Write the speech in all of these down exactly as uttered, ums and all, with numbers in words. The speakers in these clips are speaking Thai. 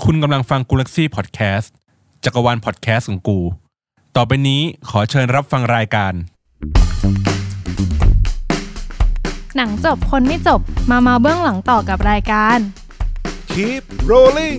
คุณกำลังฟังกูลักซี่พอดแคสต์จักรวาลพอดแคสต์ของกูต่อไปนี้ขอเชิญรับฟังรายการหนังจบคนไม่จบมาเมาเบื้องหลังต่อกับรายการ Keep Rolling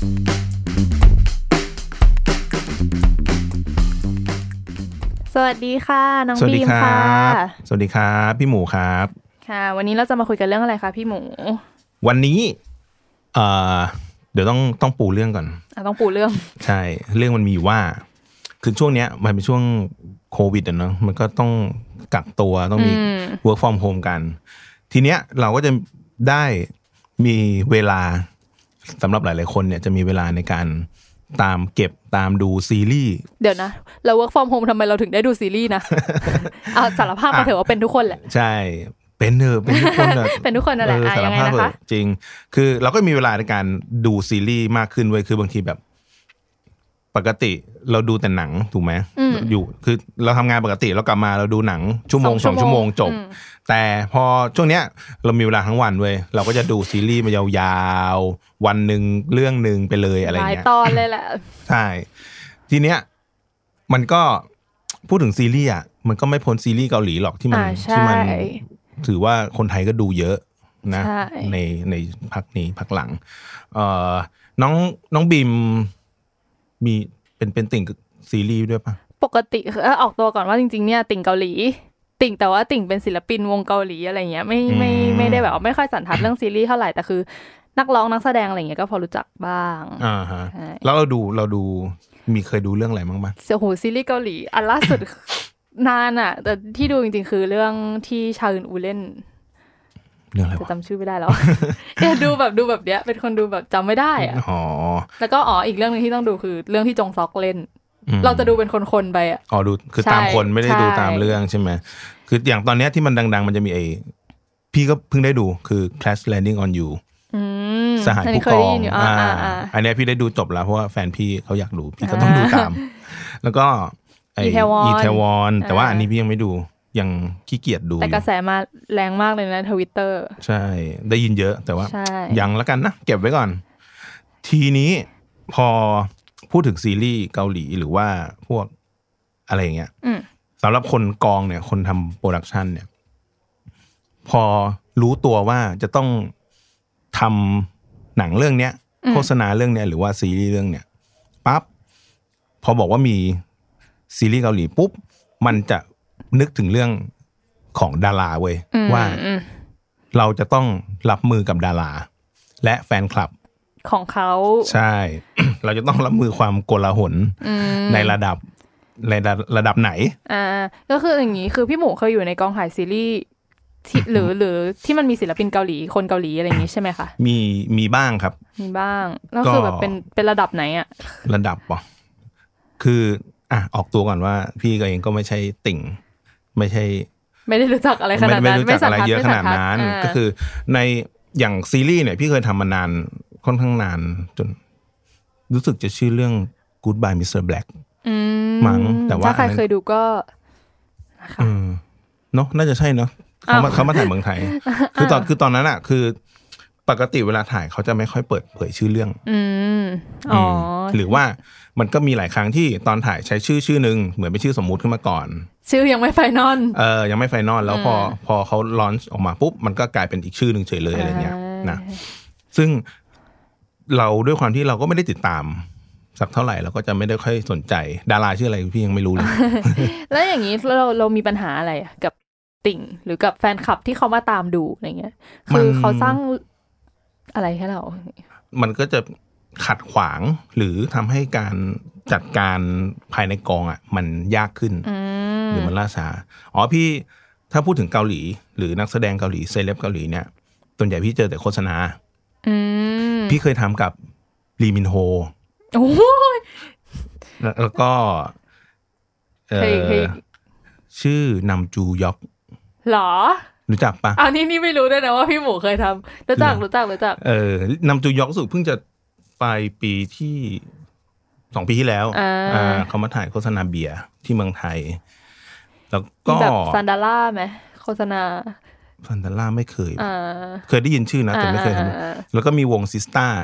สวัสดีค่ะน้องบีมค่ะสวัสดีครับพี่หมูครับค่ะวันนี้เราจะมาคุยกันเรื่องอะไรคะพี่หมูวันนี้เอ่อเดี๋ยวต้องต้องปูเรื่องก่อนอ่ะต้องปูเรื่องใช่เรื่องมันมีว่าคือช่วงเนี้ยมันเป็นช่วงโควิดอ่ะเนาะมันก็ต้องกักตัวต้องมี work from home กันทีเนี้ยเราก็จะได้มีเวลาสำหรับหลายๆคนเนี่ยจะมีเวลาในการตามเก็บตามดูซีรีส์เดี๋ยวนะเรา work from home ทำไมเราถึงได้ดูซีรีส์นะ เอาสารภาพมาเถอะว่าเป็นทุกคนแหละใช่เป็นเนอะเป็นทุกคนอะเป็นทุกคนนั่นแหละยังไงนะคะจริงคือเราก็มีเวลาในการดูซีรีส์มากขึ้นเว้ยคือบางทีแบบปกติเราดูแต่หนังถูกไหมอยู่คือเราทำงานปกติเรากลับมาเราดูหนังชั่วโมงสองชั่วโมงจบแต่พอช่วงเนี้ยเรามีเวลาทั้งวันเว้ยเราก็จะดูซีรีส์มายาวๆวันหนึ่งเรื่องนึงไปเลยอะไรเงี้ยหลายตอนเลยแหละใช่ทีเนี้ยมันก็พูดถึงซีรีส์อ่ะมันก็ไม่พ้นซีรีส์เกาหลีหรอกที่มันที่มันถือว่าคนไทยก็ดูเยอะนะในในพักนี้พักหลังเอ่อน้องน้องบีมมีเป็นเป็นติ่งซีรีส์ด้วยป่ะปกติคือออกตัวก่อนว่าจริงๆเนี่ยติ่งเกาหลีติ่งแต่ว่าติ่งเป็นศิลปินวงเกาหลีอะไรเงี้ยไม่ไม่ไม่ได้แบบไม่ค่อยสันทัดเรื่องซีรีส์เท่าไหร่แต่คือนักร้องนักแสดงอะไรเงี้ยก็พอรู้จักบ้างอ่าฮะแล้วเราดูเราดูมีเคยดูเรื่องอะไรบ้างมั้ยโอ้โหซีรีส์เกาหลีอันล่าสุด นานอ่ะแต่ที่ดูจริงๆคือเรื่องที่ชาอึนอูเล่นเรื่องอะไรวะจะจำชื่อไม่ได้แล้ว เนี่ยดูแบบดูแบบเนี้ยเป็นคนดูแบบจำไม่ได้อ่ะอ๋อแล้วก็อ๋ออีกเรื่องนึงที่ต้องดูคือเรื่องที่จงซอกเล่นเราจะดูเป็นคนๆไปอ่ะอ๋อดูคือตามคนไม่ได้ดูตามเรื่องใช่ไหมคืออย่างตอนนี้ที่มันดังๆมันจะมีไอ้พี่ก็เพิ่งได้ดูคือ Crash Landing on You สหายผู้กองอ่าอันนี้พี่ได้ดูจบแล้วเพราะว่าแฟนพี่เขาอยากดูพี่ก็ต้องดูตามแล้วก็ไอ้อีเทวอนแต่ว่าอันนี้พี่ยังไม่ดูยังขี้เกียจดูแต่กระแสมาแรงมากเลยนะ Twitter ใช่ได้ยินเยอะแต่ว่ายังละกันนะเก็บไว้ก่อนทีนี้พอพูดถึงซีรีส์เกาหลีหรือว่าพวกอะไรอย่างเงี้ยสำหรับคนกองเนี่ยคนทำโปรดักชันเนี่ยพอรู้ตัวว่าจะต้องทำหนังเรื่องเนี้ยโฆษณาเรื่องเนี้ยหรือว่าซีรีส์เรื่องเนี้ยปั๊บพอบอกว่ามีซีรีส์เกาหลีปุ๊บมันจะนึกถึงเรื่องของดาราเว้ยว่าเราจะต้องรับมือกับดาราและแฟนคลับของเขาใช่ เราจะต้องรับมือความโกลาหลในระดับในระดับไหนอ่าก็คืออย่างนี้คือพี่หมูเคยอยู่ในกองถ่ายซีรีส์หรือหรือที่มันมีศิลปินเกาหลีคนเกาหลีอะไรอย่างนี้ใช่ไหมคะมีมีบ้างครับมีบ้างแล้วคือแบบเป็นเป็นระดับไหนอะระดับป่ะคืออ่ะออกตัวก่อนว่าพี่ก็เองก็ไม่ใช่ติ่งไม่ใช่ไม่ได้รู้จักอะไรขนาดนั้นไม่รู้จักอะไรเยอะขนาดนั้นก็คือในอย่างซีรีส์เนี่ยพี่เคยทำมานานค่อนข้างนานจนรู้สึกจะชื่อเรื่อง Goodbye มิสเตอร์ Black มั้งแต่ว่าถ้าใครเคยดูก็นะคะเนาะน่าจะใช่เนาะเขามาเขามาถ่ายเมืองไทยคือตอนคือตอนนั้นอะคือปกติเวลาถ่ายเขาจะไม่ค่อยเปิดเผยชื่อเรื่องอ๋อหรือว่ามันก็มีหลายครั้งที่ตอนถ่ายใช้ชื่อชื่อนึงเหมือนเป็นชื่อสมมุติขึ้นมาก่อนชื่อยังไม่ไฟนอลเออยังไม่ไฟนอลแล้วพอพอเขาลอนช์ออกมาปุ๊บมันก็กลายเป็นอีกชื่อนึงเฉยเลยอะไรเงี้ยนะซึ่งเราด้วยความที่เราก็ไม่ได้ติดตามสักเท่าไหร่เราก็จะไม่ได้ค่อยสนใจดาราชื่ออะไรพี่ยังไม่รู้เลยแล้วอย่างนี้เราเรามีปัญหาอะไรกับติ่งหรือกับแฟนคลับที่เขามาตามดูอะไรเงี้ยคือเขาสร้างอะไรให้เรามันก็จะขัดขวางหรือทำให้การจัดการภายในกองอ่ะมันยากขึ้นหรือมันล่าช้าอ๋อพี่ถ้าพูดถึงเกาหลีหรือนักแสดงเกาหลีเซเลบเกาหลีเนี่ยส่วนใหญ่พี่เจอแต่โฆษณาพี่เคยทำกับลีมินโฮโอ้ยแล้วก็เออชื่อนำจูยอกหรอรู้จักปะอันนี้นี่ไม่รู้ด้วยนะว่าพี่หมูเคยทำรู้จักรู้จักรู้จักเออนำจูยอกสุดเพิ่งจะปลายปีที่สองปีที่แล้วอ่าเขามาถ่ายโฆษณาเบียร์ที่เมืองไทยแล้วก็แบบซันดาร่าไหมโฆษณาซันดาร่าไม่เคยเคยได้ยินชื่อนะแต่ไม่เคยทำแล้วก็มีวงซิสต้า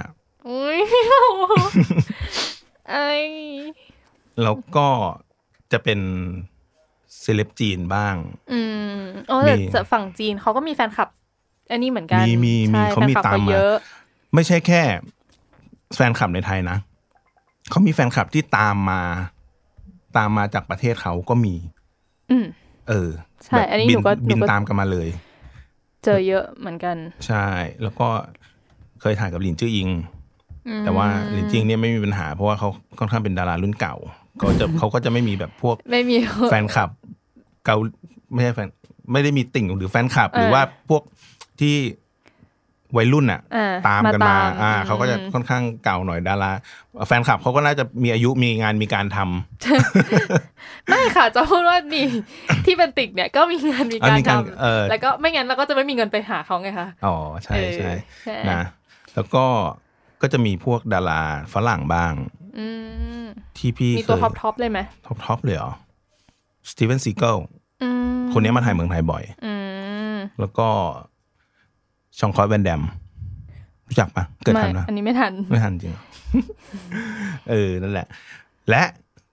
อุ้ยไอแล้วก็จะเป็นเซเลบจีนบ้างอืมอ๋อแต่ฝั่งจีนเขาก็มีแฟนคลับอันนี้เหมือนกันมีมีมีเขามีตามมาไม่ใช่แค่แฟนคลับในไทยนะเขามีแฟนคลับที่ตามมาตามมาจากประเทศเขาก็มีอืมเออใช่อันนี้หนูก็บินตามกันมาเลยเจอเยอะเหมือนกันใช่แล้วก็เคยถ่ายกับหลินจื้ออิงแต่ว่าหลินจื้ออิงเนี่ยไม่มีปัญหาเพราะว่าเขาค่อนข้างเป็นดารารุ่นเก่าก็จะเขาก็จะไม่มีแบบพวกไม่มีแฟนคลับเกาไม่ใช่แฟนไม่ได้มีติ่งหรือแฟนคลับหรือว่าพวกที่วัยรุ่นอ่ะตามกันมาอ่าเขาก็จะค่อนข้างเก่าหน่อยดาราแฟนคลับเขาก็น่าจะมีอายุมีงานมีการทำไม่ค่ะจะพูดว่านี่ที่เป็นติ่งเนี่ยก็มีงานมีการทำแล้วก็ไม่งั้นเราก็จะไม่มีเงินไปหาเขาไงคะอ๋อใช่ใช่นะแล้วก็ก็จะมีพวกดาราฝรั่งบ้างที่พี่มีตัวท็อปท็อปเลยไหมท็อปท็อปเลยเหรอสตีเวนซีเกิลคนนี้มาถ่ายเมืองไทยบ่อยแล้วก็ชองคอยแวนแดมรู้จักปะเกิดทันปะอันนี้ไม่ทันไม่ทันจริงเออนั่นแหละและ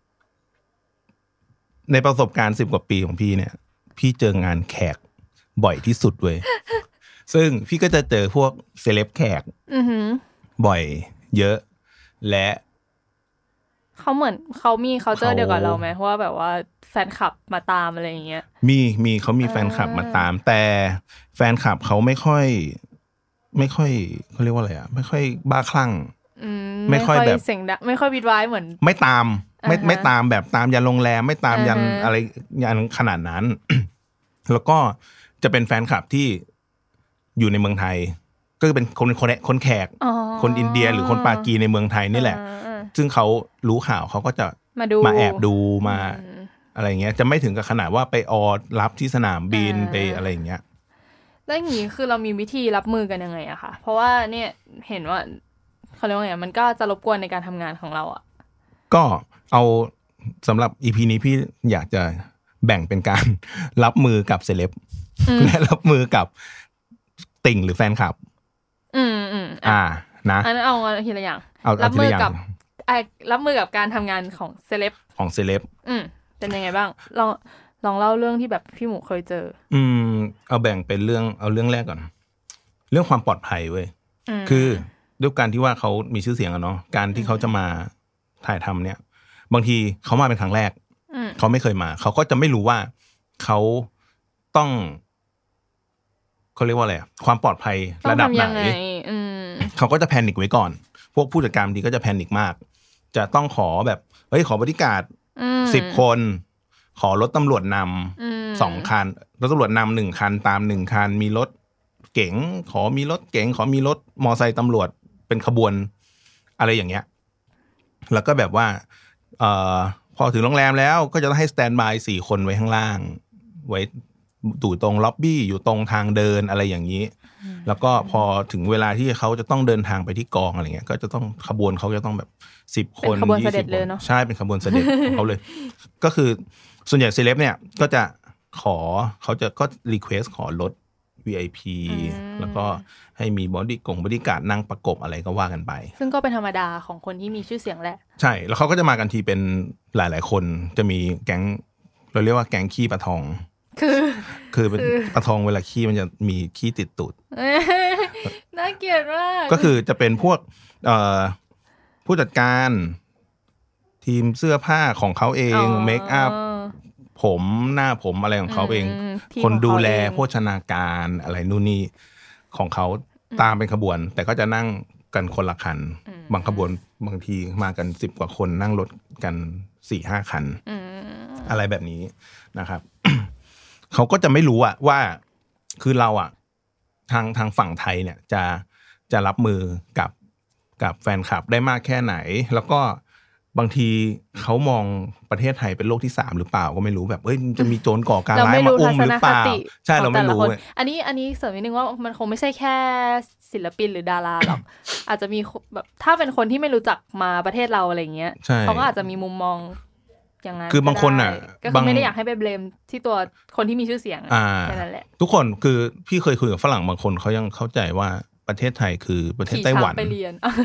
ในประสบการณ์สิบกว่าปีของพี่เนี่ยพี่เจองานแขกบ่อยที่สุดเว้ยซึ่งพี่ก็จะเจอพวกเซเลบแขกบ่อยเยอะและเขาเหมือนเขามีเขาเจอเดียวกับเราไหมว่าแบบว่าแฟนคลับมาตามอะไรอย่างเงี้ยมีมีเขามีแฟนคลับมาตามแต่แฟนคลับเขาไม่ค่อยไม่ค่อยเขาเรียกว่าอะไรอ่ะไม่ค่อยบ้าคลั่งไม่ค่อยแบบเสียงดังไม่ค่อยวิดวายเหมือนไม่ตามไม่ไม่ตามแบบตามยันโรงแรมไม่ตามยันอะไรยันขนาดนั้น แล้วก็จะเป็นแฟนคลับที่อยู่ในเมืองไทยก็เป็นคนคนคนแขกคนอินเดียหรือคนปากีในเมืองไทยนี่แหละซึ่งเขารู้ข่าวเขาก็จะมาดูมาแอบดูมาอะไรเงี้ยจะไม่ถึงกับขนาดว่าไปออรับที่สนามบินไปอะไรอย่างเงี้ยแล้วอย่างนี้คือเรามีวิธีรับมือกันยังไงอะคะเพราะว่าเนี่ยเห็นว่าเขาเรียกว่าไงมันก็จะรบกวนในการทำงานของเราอะก็เอาสำหรับ อี พี นี้พี่อยากจะแบ่งเป็นการรับมือกับเซเลบและรับมือกับติ่งหรือแฟนคลับอืมอืมอ่านะอันนั้นเอาทีละอย่างรับมือกับรับมือกับการทำงานของเซเลบของเซเลบอืมเป็นยังไงบ้างลองลองเล่าเรื่องที่แบบพี่หมูเคยเจออืมเอาแบ่งเป็นเรื่องเอาเรื่องแรกก่อนเรื่องความปลอดภัยเว้ยคือด้วยการที่ว่าเขามีชื่อเสียงอะเนาะการที่เขาจะมาถ่ายทำเนี่ยบางทีเขามาเป็นครั้งแรกเขาไม่เคยมาเขาก็จะไม่รู้ว่าเขาต้องเขาเรียกว่าอะไรความปลอดภัยระดับไหนเขาก็จะแพนิคไว้ก่อนพวกผู้จัดการบางทีก็จะแพนิคมากจะต้องขอแบบเฮ้ยขอบริการสิบคนขอรถตำรวจนำสองคันรถตำรวจนำหนึ่งคันตามหนึ่งคันมีรถเก๋งขอมีรถเก๋งขอมีรถมอไซค์ตำรวจเป็นขบวนอะไรอย่างเงี้ยแล้วก็แบบว่าเอ่อพอถึงโรงแรมแล้วก็จะต้องให้สแตนบายสี่คนไว้ข้างล่างไว้ตู่ตรงล็อบบี้อยู่ตรงทางเดินอะไรอย่างนี้แล้วก็พอถึงเวลาที่เขาจะต้องเดินทางไปที่กองอะไรเงี้ยก็จะต้องขบวนเขาจะต้องแบบสิบคนยี่สิบคนใช่เป็นขบวนเสด็จของเขาเลยก็คือส่วนใหญ่เซเลบเนี่ยก็จะขอเขาจะก็รีเควสขอรถ วี ไอ พี แล้วก็ให้มีบอดี้กงบอดี้การ์ดนั่งประกบอะไรก็ว่ากันไปซึ่งก็เป็นธรรมดาของคนที่มีชื่อเสียงแหละใช่แล้วเขาก็จะมากันทีเป็นหลายๆคนจะมีแก๊งเราเรียกว่าแก๊งขี้ปลาทองคือคือเป็นปลาทองเวลาขี้มันจะมีขี้ติดตูดน่าเกลียดมากก็คือจะเป็นพวกเอ่อผู้จัดการทีมเสื้อผ้าของเขาเองเมคอัพผมหน้าผมอะไรของเขาเองคนดูแลโภชนาการอะไรนู่นนี่ของเขาตามเป็นขบวนแต่ก็จะนั่งกันคนละคันบางขบวนบางทีมากันสิบกว่าคนนั่งรถกันสี่ห้าคันอะไรแบบนี้นะครับ เขาก็จะไม่รู้อะว่าคือเราอะทางทางฝั่งไทยเนี่ยจะจะรับมือกับกับแฟนคลับได้มากแค่ไหนแล้วก็บางทีเขามองประเทศไทยเป็นโลกที่สามหรือเปล่าก็ไม่รู้แบบเอ้ยจะมีโจรก่อการร้ายมาอุ้มหรือเปล่าใช่เราไม่รู้อันนี้อันนี้เสริมนิดนึงว่ามันคงไม่ใช่แค่ศิลปินหรือดาราหรอก อาจจะมีแบบถ้าเป็นคนที่ไม่รู้จักมาประเทศเราอะไรเงี้ยเขาก็อาจจะมีมุมมองอย่างนั้นคือบางคนอ่ะก็คือไม่ได้อยากให้ไปเบลมที่ตัวคนที่มีชื่อเสียงแค่นั้นแหละทุกคนคือพี่เคยคุยกับฝรั่งบางคนเขายังเข้าใจว่าประเทศไทยคือประเทศไต้หวันไปเรียน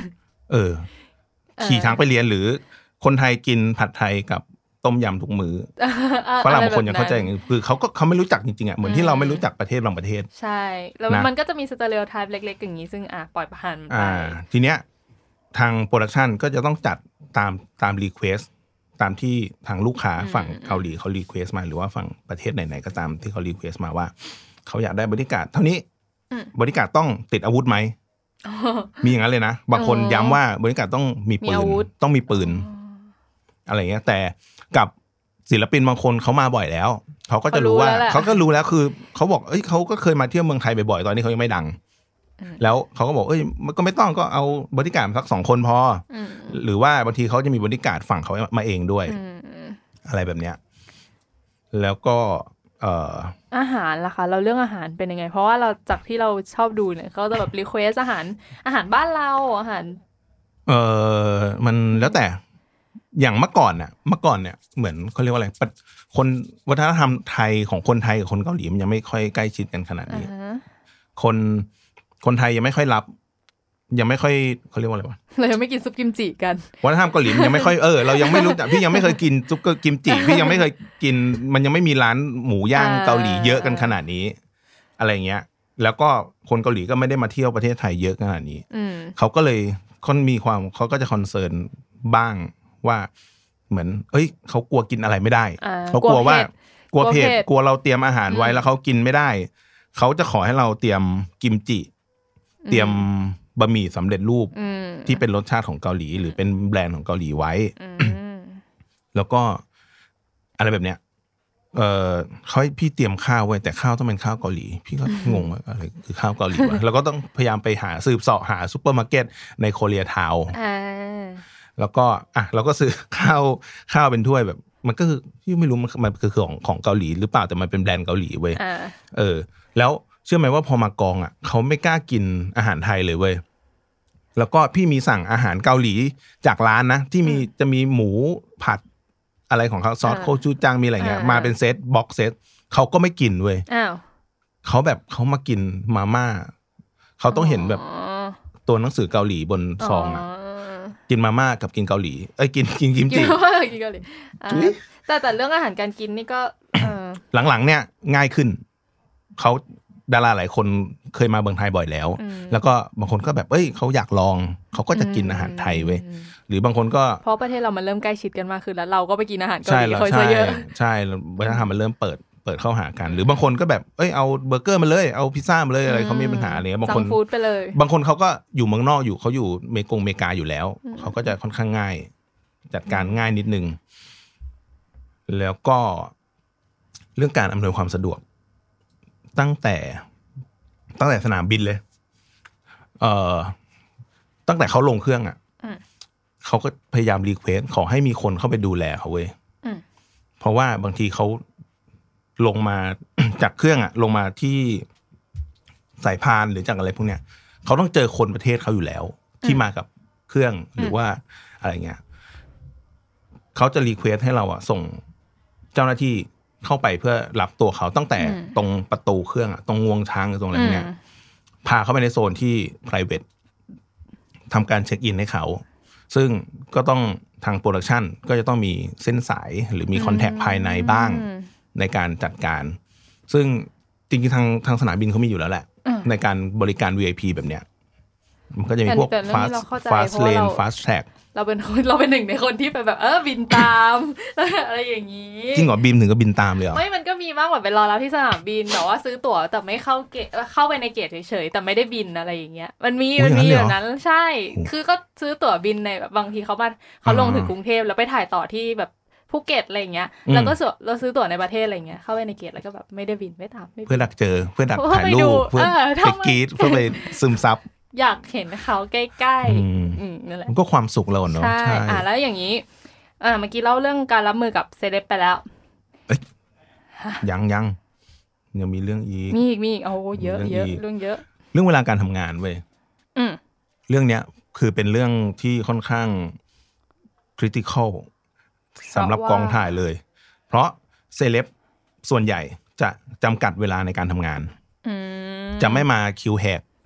เออขี่ช้างไปเรียนหรือคนไทยกินผัดไทยกับต้มยำทุกมื้อฝรั่งบางคนยังเข้าใจอย่างนี้คือเขาก็เขาไม่รู้จักจริงๆอ่ะเหมือนที่เราไม่รู้จักประเทศบางประเทศใช่แล้วมันก็จะมีสเตอริโอไทป์เล็กๆอย่างนี้ซึ่งอ่ะปล่อยผ่านไปอ่าทีเนี้ยทางโปรดักชันก็จะต้องจัดตามตามรีเควสตามที่ทางลูกค้าฝั่งเกาหลีเขารีเควสมาหรือว่าฝั่งประเทศไหนๆก็ตามที่เขารีเควสมาว่าเขาอยากได้บริการเท่านี้บริการต้องติดอาวุธไหมมีอย่างนั้นเลยนะบางคนย้ำว่าบริการต้องมีปืนต้องมีปืนอะไรเงี้ยแต่กับศิลปินบางคนเขามาบ่อยแล้วเขาก็จะรู้ว่าเขาก็รู้แล้วคือเขาบอกเอ้ยเขาก็เคยมาเที่ยวเมืองไทยบ่อยๆตอนนี้เขายังไม่ดังแล้วเขาก็บอกเอ้ยมันก็ไม่ต้องก็เอาบริการสักสองคนพอหรือว่าบางทีเขาจะมีบริการฝั่งเขามาเองด้วยอะไรแบบเนี้ยแล้วก็เอ่ออาหารล่ะคะเราเรื่องอาหารเป็นยังไงเพราะว่าเราจากที่เราชอบดูเนี่ยเขาจะแบบรีเควสอาหารอาหารบ้านเราอาหารเออมันแล้วแต่อย่างเมื่อก่อนน่ะเมื่อก่อนเนี่ยเหมือนเขาเรียกว่าอะไรคนวัฒนธรรมไทยของคนไทยกับคนเกาหลีมันยังไม่ค่อยใกล้ชิดกันขนาดนี้ uh-huh. คนคนไทยยังไม่ค่อยรับยังไม่ค่อยเขาเรียกว่าอะไรวะเรายังไม่กินซุปกิมจิกันวัฒนธรรมเกาหลียังไม่ค่อยเออเรายังไม่รู้จักพี่ยังไม่เคยกินซุปกิมจิพี่ยังไม่เคยกินมันยังไม่มีร้านหมูย่างเกาหลีเยอะกันขนาดนี้อะไรเงี้ยแล้วก็คนเกาหลีก็ไม่ได้มาเที่ยวประเทศไทยเยอะขนาดนี้เขาก็เลยคนมีความเขาก็จะคอนเซิร์นบ้างว่าเหมือนเอ้ยเขากลัวกินอะไรไม่ได้เขากลัวว่ากลัวเผ็ดกลัวเราเตรียมอาหารไว้แล้วเขากินไม่ได้เขาจะขอให้เราเตรียมกิมจิเตรียมบะหมี่สำเร็จรูปที่เป็นรสชาติของเกาหลีหรือเป็นแบรนด์ของเกาหลีไว้แล้วก็อะไรแบบเนี้ยเออเขาให้พี่เตรียมข้าวไว้แต่ข้าวต้องเป็นข้าวเกาหลีพี่ก็งงว่าอะไรคือข้าวเกาหลีวะแล้วก็ต้องพยายามไปหาสืบเสาะหาซุปเปอร์มาร์เก็ตในโคเรียทาวน์แล้วก็อ่ะเราก็ซื้อข้าวข้าวเป็นถ้วยแบบมันก็คือพี่ไม่รู้มันมันคือของของเกาหลีหรือเปล่าแต่มันเป็นแบรนด์เกาหลีเว้ยเออแล้วเชื่อไหมว่าพอมากองอ่ะเขาไม่กล้ากินอาหารไทยเลยเว้ยแล้วก็พี่มีสั่งอาหารเกาหลีจากร้านนะที่มีจะมีหมูผัดอะไรของเขาซอสโคจูจังมีอะไรเงี้ยมาเป็นเซตบ็อกเซตเขาก็ไม่กินเว้ยเขาแบบเขามากินมาม่าเขาต้องเห็นแบบตัวหนังสือเกาหลีบนซองอ่ะกินมาม่ากับกินเกาหลีเอ้ยกินกินกิมจิกินเกาหลีแต่แต่เรื่องอาหารการกินนี่ก็หลังๆเนี่ยง่ายขึ้นเขาดาราหลายคนเคยมาเมืองไทยบ่อยแล้วแล้วก็บางคนก็แบบเอ้ยเขาอยากลองเขาก็จะกินอาหารไทยเว้ยหรือบางคนก็เพราะประเทศเรามันเริ่มใกล้ชิดกันมากขึ้นแล้วเราก็ไปกินอาหารเกาหลีค่อยเยอะใช่วัฒนธรรมมันเริ่มเปิดเปิดเข้าหากันหรือบางคนก็แบบเอ้ยเอาเบอร์เกอร์มาเลยเอาพิซซ่ามาเลยอะไรเขาไม่มีปัญหาอะไรเงี้ยบางคนฟู้ดไปเลยบางคนเขาก็อยู่เมืองนอกอยู่เขาอยู่เมกงเมกาอยู่แล้วเขาก็จะค่อนข้างง่ายจัดการง่ายนิดนึงแล้วก็เรื่องการอำนวยความสะดวกตั้งแต่ตั้งแต่สนามบินเลยเอ่อตั้งแต่เขาลงเครื่องอ่ะเขาก็พยายามรีเควสขอให้มีคนเข้าไปดูแลเขาเว้ยเพราะว่าบางทีเขาลงมาจากเครื่องอ่ะลงมาที่สายพานหรือจากอะไรพวกเนี้ยเขาต้องเจอคนประเทศเขาอยู่แล้วที่มากับเครื่องหรือว่าอะไรเงี้ยเขาจะรีเควสให้เราอ่ะส่งเจ้าหน้าที่เข้าไปเพื่อรับตัวเขาตั้งแต่ตรงประตูเครื่องอ่ะตรงงวงช้างหรือตรงอะไรเนี้ยพาเข้าไปในโซนที่ private ทำการเช็คอินให้เขาซึ่งก็ต้องทางโปรดักชันก็จะต้องมีเส้นสายหรือมีคอนแทคภายในบ้างในการจัดการซึ่งจริงๆทางทางสนามบินเขามีอยู่แล้วแหละในการบริการ วี ไอ พี แบบเนี้ยมันก็จะมีพวก fast fast lane fast track เราเป็นคนเราเป็นหนึ่งในคนที่ไปแบบเออบินตามอะไรอย่างนี้จริงเหรอบินถึงก็บินตามเลยเหรอไม่มันก็มีบ้างแบบไปรอรับที่สนามบินแต่ว่าซื้อตั๋วแต่ไม่เข้าเกตเข้าไปในเกตเฉยๆแต่ไม่ได้บินอะไรอย่างเงี้ยมันมีมันมีแบบนั้นใช่คือก็ซื้อตั๋วบินในแบบบางทีเขาบ้านเขาลงถึงกรุงเทพแล้วไปถ่ายต่อที่แบบภูเก็ตอะไรอย่างเงี้ยแล้วก็เราซื้อตั๋วในประเทศอะไรเงี้ยเข้าไปในเกตแล้วก็แบบไม่ได้บินไม่ตามเพื่อดักเจอเพื่อดักถ่ายรูปเพื่อไปกรี๊ดเพื่อไปซึมซับอยากเห็นเขาใกล้ๆอืมนั่นแหละมันก็ความสุขเราเนาะใช่อ่ะแล้วอย่างนี้อ่าเมื่อกี้เล่าเรื่องการรับมือกับเซเลบไปแล้วเอ้ยยังยังยังมีเรื่องอีกมีอีกมีอีกโอ้เยอะเยอะเรื่องเยอะเรื่องเวลาการทำงานเว้ยอืมเรื่องเนี้ยคือเป็นเรื่องที่ค่อนข้างคริติคอลสำหรับกองถ่ายเลยเพราะเซเลบส่วนใหญ่จะจำกัดเวลาในการทำงานจะไม่มาคิวแหก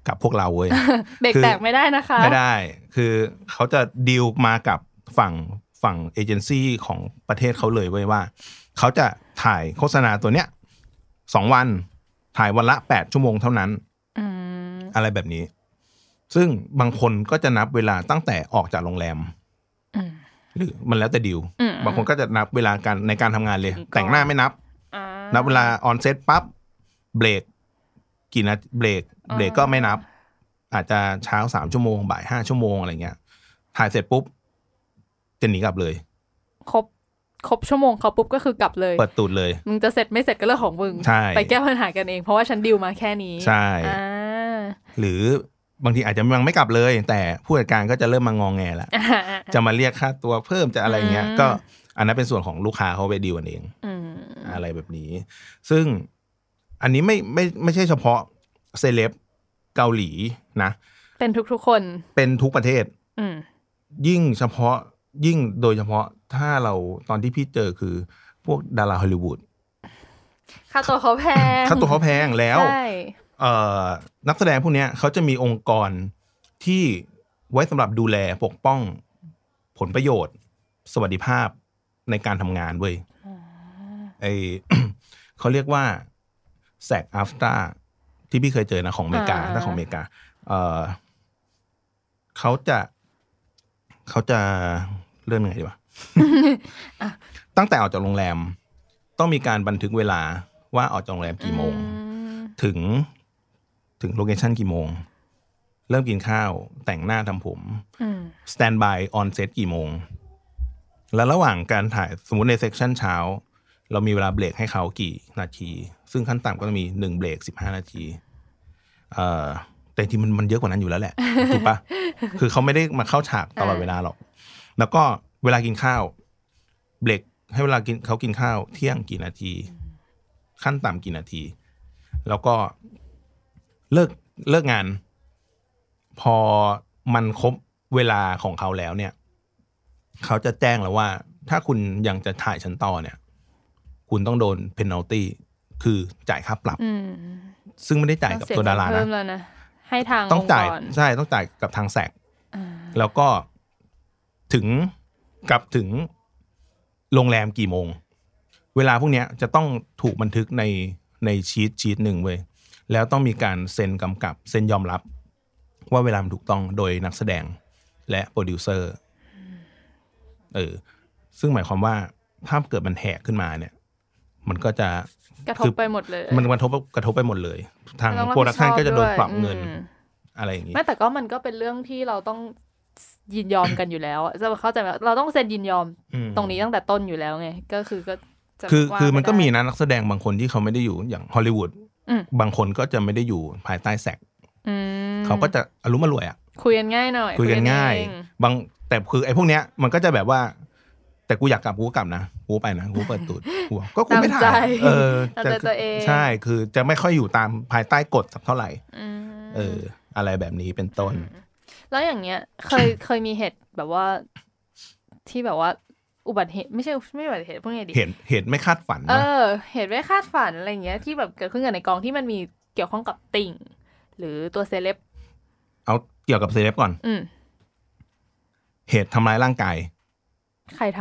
กับพวกเราเว้ยเบรกแตกไม่ได้นะคะไม่ได้คือเขาจะดีลมากับฝั่งฝั่งเอเจนซี่ของประเทศเขาเลยเว้ยว่าเขาจะถ่ายโฆษณาตัวเนี้ยสองวันถ่ายวันละแปดชั่วโมงเท่านั้นอะไรแบบนี้ซึ่งบางคนก็จะนับเวลาตั้งแต่ออกจากโรงแรมหรือมันแล้วแต่ดีลบางคนก็จะนับเวลาการในการทำงานเลยแต่งหน้าไม่นับนับเวลาออนเซตปั๊บเบรกกี่นาทีเบรกเบรกก็ไม่นับอาจจะเช้าสามชั่วโมงบ่ายห้าชั่วโมงอะไรเงี้ยถ่ายเสร็จปุ๊บจะหนีกลับเลยครบครบชั่วโมงเขาปุ๊บก็คือกลับเลยเปิดตูดเลยมึงจะเสร็จไม่เสร็จก็เรื่องของมึงไปแก้ปัญหากันเองเพราะว่าฉันดีลมาแค่นี้ใช่หรือบางทีอาจจะยังไม่กลับเลยแต่ผู้จัดการก็จะเริ่มมางองแงแล้วจะมาเรียกค่าตัวเพิ่มจะอะไรเงี้ยก็อันนั้นเป็นส่วนของลูกค้าเขาไปดีลกันเองอะไรแบบนี้ซึ่งอันนี้ไม่ไม่ไม่ใช่เฉพาะเซเลบเกาหลีนะเป็นทุกๆคนเป็นทุกประเทศยิ่งเฉพาะยิ่งโดยเฉพาะถ้าเราตอนที่พี่เจอคือพวกดาราฮอลลีวูดค่าตัวเขาแพงค่าตัวเขาแพงแล้วเอ่อนักแสดงพวกนี้เขาจะมีองค์กรที่ไว้สำหรับดูแลปกป้องผลประโยชน์สวัสดิภาพในการทำงานเว้ยไอ เขาเรียกว่าแซกอัฟตราที่พี่เคยเจอนะของอเมริกาถ้าของอเมริกาเอ่อเขาจะเขาจะเรื่องไงดีวะ ตั้งแต่ออกจากโรงแรมต้องมีการบันทึกเวลาว่าออกจากโรงแรมกี่โมงถึงถึงโลเคชั่นกี่โมงเริ่มกินข้าวแต่งหน้าทำผมสแตนด์บายออนเซตกี่โมงแล้วระหว่างการถ่ายสมมุติในเซสชั่นเช้าเรามีเวลาเบรกให้เขากี่นาทีซึ่งขั้นต่ำก็จะมีหนึ่งเบรกสิบห้านาทีเอ่อแต่ที่มันมันเยอะกว่านั้นอยู่แล้วแหละถูกปะคือเขาไม่ได้มาเข้าฉากตลอดเวลาหรอกแล้วก็เวลากินข้าวเบรกให้เวลากินเขากินข้าวเที่ยงกี่นาทีขั้นต่ำกี่นาทีแล้วก็เลิกเลิกงานพอมันครบเวลาของเขาแล้วเนี่ยเขาจะแจ้งแล้วว่าถ้าคุณยังจะถ่ายชั้นต่อเนี่ยคุณต้องโดนเพนัลตี้คือจ่ายค่าปรับซึ่งไม่ได้จ่ายกับตัวดารานะให้ทางต้องจ่ายใช่ต้องจ่ายกับทางแสกแล้วก็ถึงกลับถึงโรงแรมกี่โมงเวลาพวกนี้จะต้องถูกบันทึกในในชีทชีทหนึ่งเว้ยแล้วต้องมีการเซ็นกำกับเซ็นยอมรับว่าเวลามันถูกต้องโดยนักแสดงและโปรดิวเซอร์เออซึ่งหมายความว่าถ้าเกิดมันแหกขึ้นมาเนี่ยมันก็จะกระทบไปหมดเลยมันกระทบกระทบไปหมดเลยทางโปรดักชันก็จะโดนปรับเงินอะไรอย่างงี้ไม่แต่ก็มันก็เป็นเรื่องที่เราต้องยินยอมกันอยู่แล้วจะเข้าใจไหมเราต้องเซ็นยินยอมตรงนี้ตั้งแต่ต้นอยู่แล้วไงก็คือก็คือคือมันก็มีนะนักแสดงบางคนที่เขาไม่ได้อยู่อย่างฮอลลีวูดบางคนก็จะไม่ได้อยู่ภายใต้แสกเขาก็จะอารมณ์อร่วยอ่ะคุยกันง่ายหน่อยคุยกันง่ายบางแต่คือไอ้พวกเนี้ยมันก็จะแบบว่าแต่กูอยากกลับกูก็กลับนะกูไปนะกูเปิดตูดกูก็กูไม่ถ่ายเออใช่คือจะไม่ค่อยอยู่ตามภายใต้กฎสักเท่าไหร่เอออะไรแบบนี้เป็นต้นแล้วอย่างเงี้ยเคยเคยมีเหตุแบบว่าที่แบบว่าอุบัติเหตุไม่ใช่ไม่อุบัติเหตุพวกนี้ดิเหตุเหตุไม่คาดฝันเออเหตุไม่คาดฝันอะไรเงี้ยที่แบบเกิดขึ้นกับในกองที่มันมีเกี่ยวข้องกับติ่งหรือตัวเซเลบเอาเกี่ยวกับเซเลบก่อนอืมเหตุทำร้ายร่างกายใครท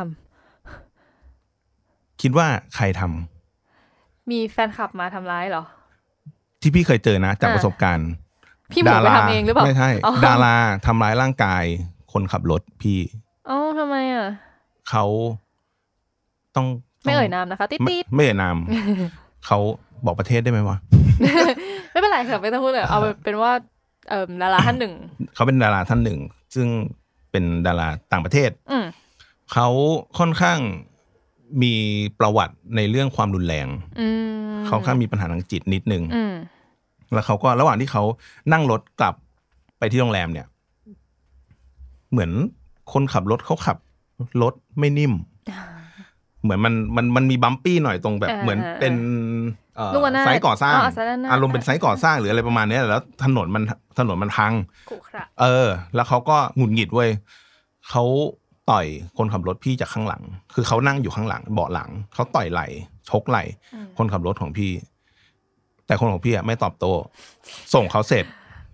ำคิดว่าใครทำมีแฟนคลับมาทำร้ายเหรอที่พี่เคยเจอนะจากประสบการณ์พี่หมูไปทำเองหรือเปล่าไม่ใช่ดาราทำร้ายร่างกายคนขับรถพี่อ๋อทำไมอ่ะเขาต้องไม่เอ่ยนามนะคะติ๊ดๆไม่เอ่ยนามเขาบอกประเทศได้ไหมวะไม่เป็นไรค่ะไม่ต้องพูดเลยเอาเป็นว่าเอ่อดาราท่านหนึ่งเขาเป็นดาราท่านหนึ่งซึ่งเป็นดาราต่างประเทศเขาค่อนข้างมีประวัติในเรื่องความรุนแรงเขาค่อนข้างมีปัญหาทางจิตนิดนึงแล้วเขาก็ระหว่างที่เขานั่งรถกลับไปที่โรงแรมเนี่ยเหมือนคนขับรถเขาขับรถไม่นิ่มเหมือนมันมันมันมีบัมปี้หน่อยตรงแบบเหมือนเป็นไซต์ก่อสร้างอารมณ์เป็นไซต์ก่อสร้างหรืออะไรประมาณนี้แล้วถนนมันถนนมันพังเออแล้วเขาก็หงุดหงิดเว้ยเขาต่อยคนขับรถพี่จากข้างหลังคือเขานั่งอยู่ข้างหลังเบาะหลังเขาต่อยไหล่ชกไหล่คนขับรถของพี่แต่คนของพี่อ่ะไม่ตอบโต้ส่งเขาเสร็จ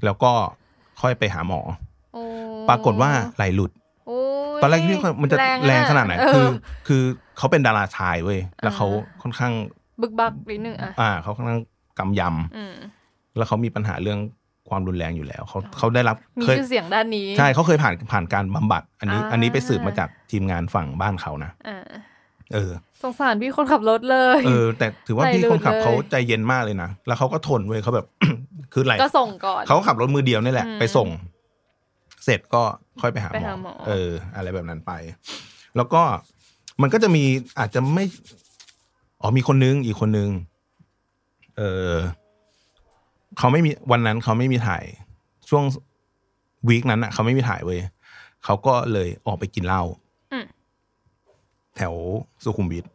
แล้วก็ค่อยไปหาหมอปรากฏว่าไหลหลุดตอนแรกที่มันจะแรงขนาดไหนคือคือเขาเป็นดาราชายเว้ยแล้วเขาค่อนข้างบึกบักนิดนึงอ่ะอ่าเขาค่อนข้างกำยำแล้วเขามีปัญหาเรื่องความรุนแรงอยู่แล้วเขาเขาได้รับมีชื่อเสียงด้านนี้ใช่เขาเคยผ่านผ่านการบำบัดอันนี้อันนี้ไปสืบมาจากทีมงานฝั่งบ้านเขานะเออสงสารพี่คนขับรถเลยเออแต่ถือว่าพี่คนขับเขาใจเย็นมากเลยนะแล้วเขาก็ทนเว้ยเขาแบบ คืออะไรก็ส่งก่อนเขาขับรถมือเดียวนี่แหละไปส่งเสร็จก็ค่อยไปหาหมอเอออะไรแบบนั้นไปแล้วก็มันก็จะมีอาจจะไม่อ๋อมีคนนึงอีกคนนึงเออเขาไม่มีวันนั้นเขาไม่มีถ่ายช่วงวีคนั้นอ่ะเขาไม่มีถ่ายเว้ยเขาก็เลยออกไปกินเหล้าแถวสุขุมวิท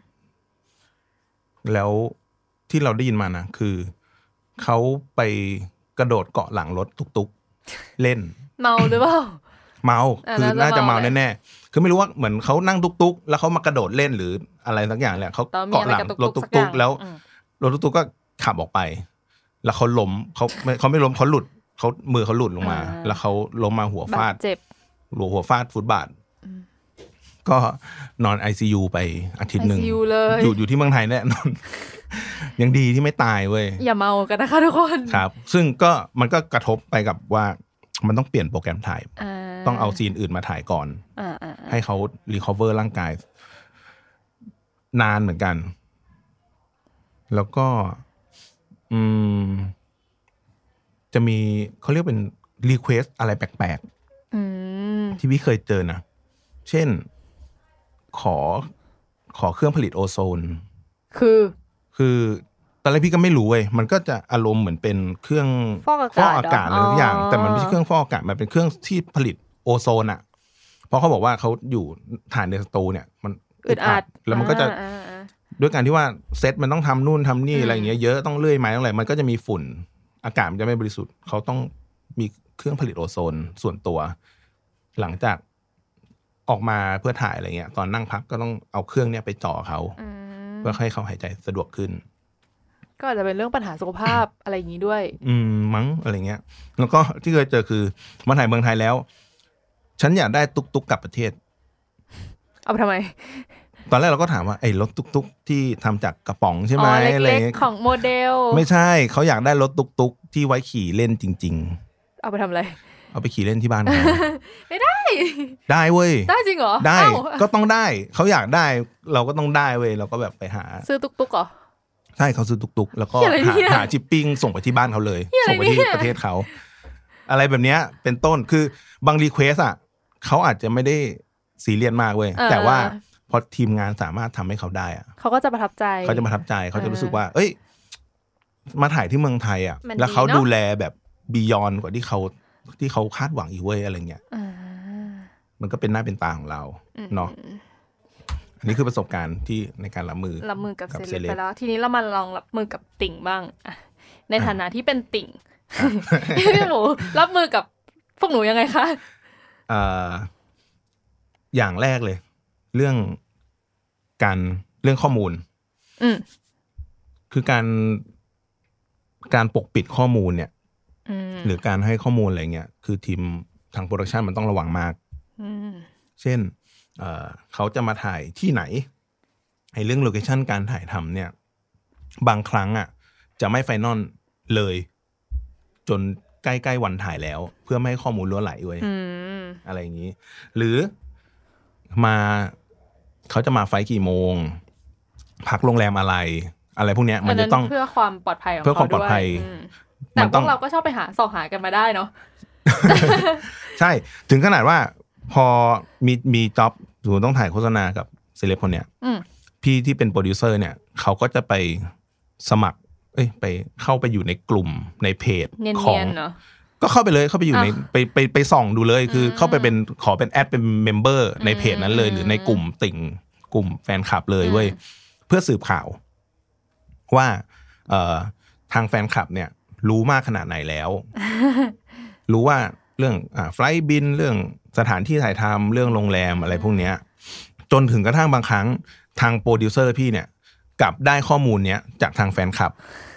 แล้วที่เราได้ยินมานะคือเขาไปกระโดดเกาะหลังรถตุกๆเล่นเมาหรือเปล่าเมาคือน่าจะเมาแน่ๆคือไม่รู้ว่าเหมือนเขานั่งตุกๆแล้วเขามากระโดดเล่นหรืออะไรสักอย่างแหละเขาเกาะหลังรถตุกๆแล้วรถตุกๆก็ขับออกไปแล้วเขาล้มเขาไม่เขาไม่ล้มเขาหลุดเขามือเขาหลุดลงมาแล้วเขาล้มมาหัวฟาดเจ็บหัวหัวฟาดฟุตบาทก็นอน ไอ ซี ยู ไปอาทิตย์นึงอยู่อยู่ที่เมืองไทยแน่นอนยังดีที่ไม่ตายเว้ยอย่าเมากันนะคะทุกคนครับซึ่งก็มันก็กระทบไปกับว่ามันต้องเปลี่ยนโปรแกรมถ่ายต้องเอาซีนอื่นมาถ่ายก่อนให้เขารีคอเวอร์ร่างกายนานเหมือนกันแล้วก็อืมจะมีเขาเรียกเป็นรีเควสอะไรแปลกๆที่พี่เคยเจอนะเช่นขอขอเครื่องผลิตโอโซนคือคือตอนแรกพี่ก็ไม่รู้เว้ยมันก็จะอารมณ์เหมือนเป็นเครื่องฟอกอากาศอากาศอะไรทุกอย่างแต่มันไม่ใช่เครื่องฟอกอากาศมันเป็นเครื่องที่ผลิตโอโซนอ่ะเพราะเขาบอกว่าเขาอยู่ถ่ายในสตูเนี่ยมันอึดอัดแล้วมันก็จะด้วยการที่ว่าเซตมันต้องทำนู่นทำนี่อะไรอย่างเงี้ยเยอะต้องเลื่อยไม้ต้องอะไรมันก็จะมีฝุ่นอากาศมันจะไม่บริสุทธิ์เขาต้องมีเครื่องผลิตโอโซนส่วนตัวหลังจากออกมาเพื่อถ่ายอะไรเงี้ยตอนนั่งพักก็ต้องเอาเครื่องเนี้ยไปจ่อเขาเพื่อให้เขาหายใจสะดวกขึ้นก็อาจจะเป็นเรื่องปัญหาสุขภาพ อะไรอย่างนี้ด้วยอืมมั้งอะไรเงี้ยแล้วก็ที่เคยเจอคือมาถ่ายเมืองไทยแล้วฉันอยากได้ตุ๊กตุ๊กกลับประเทศเอาไปทำไมตอนแรกเราก็ถามว่าไอ้รถตุ๊กตุ๊กที่ทำจากกระป๋องใช่ไหมอะไรเงี้ยของโมเดลไม่ใช่เขาอยากได้รถตุ๊กตุ๊กที่ไว้ขี่เล่นจริงๆเอาไปทำอะไรเอาไปขี่เล่นที่บ้านเขาไม่ได้ได้เว้ยได้จริงเหรอได้ก็ต้องได้เขาอยากได้เราก็ต้องได้เว้ยเราก็แบบไปหาซื้อตุ๊กตุ๊กเหรอใช่เขาซื้อตุ๊กๆแล้วก็หาหาชิปปิ้งส่งไปที่บ้านเขาเลยส่งไปที่ประเทศเขาอะไรแบบนี้เป็นต้นคือบางรีเควสอ่ะเขาอาจจะไม่ได้ซีเรียสมากเว้ยแต่ว่าพอทีมงานสามารถทำให้เขาได้อ่ะเขาก็จะประทับใจเขาจะประทับใจเขาจะรู้สึกว่าเอ้ยมาถ่ายที่เมืองไทยอ่ะแล้วเขาดูแลแบบบียอนกว่าที่เขาที่เขาคาดหวังอีกเว้ยอะไรเงี้ยมันก็เป็นหน้าเป็นตาของเราเนาะอันนี้คือประสบการณ์ที่ในการรับมือรับมือกับเซเลบไปแล้วทีนี้เรามาลองรับมือกับติ่งบ้างอะในฐานะที่เป็นติ่งพี่หนูรับมือกับพวกหนูยังไงคะอ่าอย่างแรกเลยเรื่องการเรื่องข้อมูลอืมคือการการปกปิดข้อมูลเนี่ยหรือการให้ข้อมูลอะไรเงี้ยคือทีมทางโปรดักชันมันต้องระวังมากเช่นเอ่อเขาจะมาถ่ายที่ไหนไอ้เรื่องโลเคชั่นการถ่ายทำเนี่ยบางครั้งอ่ะจะไม่ไฟนอลเลยจนใกล้ๆวันถ่ายแล้วเพื่อไม่ให้ข้อมูลรั่วไหลเว้ยอะไรอย่างนี้หรือมาเขาจะมาไฟกี่โมงพักโรงแรมอะไรอะไรพวกเนี้ยมันจะต้องเพื่อความปลอดภัยของเขาด้วยเพื่อความปลอดภัยแต่พวกเราก็ชอบไปหาส่องหากันมาได้เนาะใช่ถึงขนาดว่าพอมีมีจ็อบสมมุติต้องถ่ายโฆษณากับเซเลบคนเนี้ยพี่ที่เป็นโปรดิวเซอร์เนี่ยเขาก็จะไปสมัครเอ้ยไปเข้าไปอยู่ในกลุ่มในเพจของก็เข้าไปเลยเข้าไปอยู่ในไปไปไปส่องดูเลยคือเข้าไปเป็นขอเป็นแอดเป็นเมมเบอร์ในเพจนั้นเลยหรือในกลุ่มติ่งกลุ่มแฟนคลับเลยเว้ยเพื่อสืบข่าวว่าเอ่อทางแฟนคลับเนี่ยรู้มากขนาดไหนแล้วรู้ว่าเรื่องอ่าไฟล์บินเรื่องสถานที่ถ่ายทำเรื่องโรงแรมอะไรพวกเนี้ยจนถึงกระทั่งบางครั้งทางโปรดิวเซอร์พี่เนี่ยกลับได้ข้อมูลเนี้ยจากทางแฟนคลับ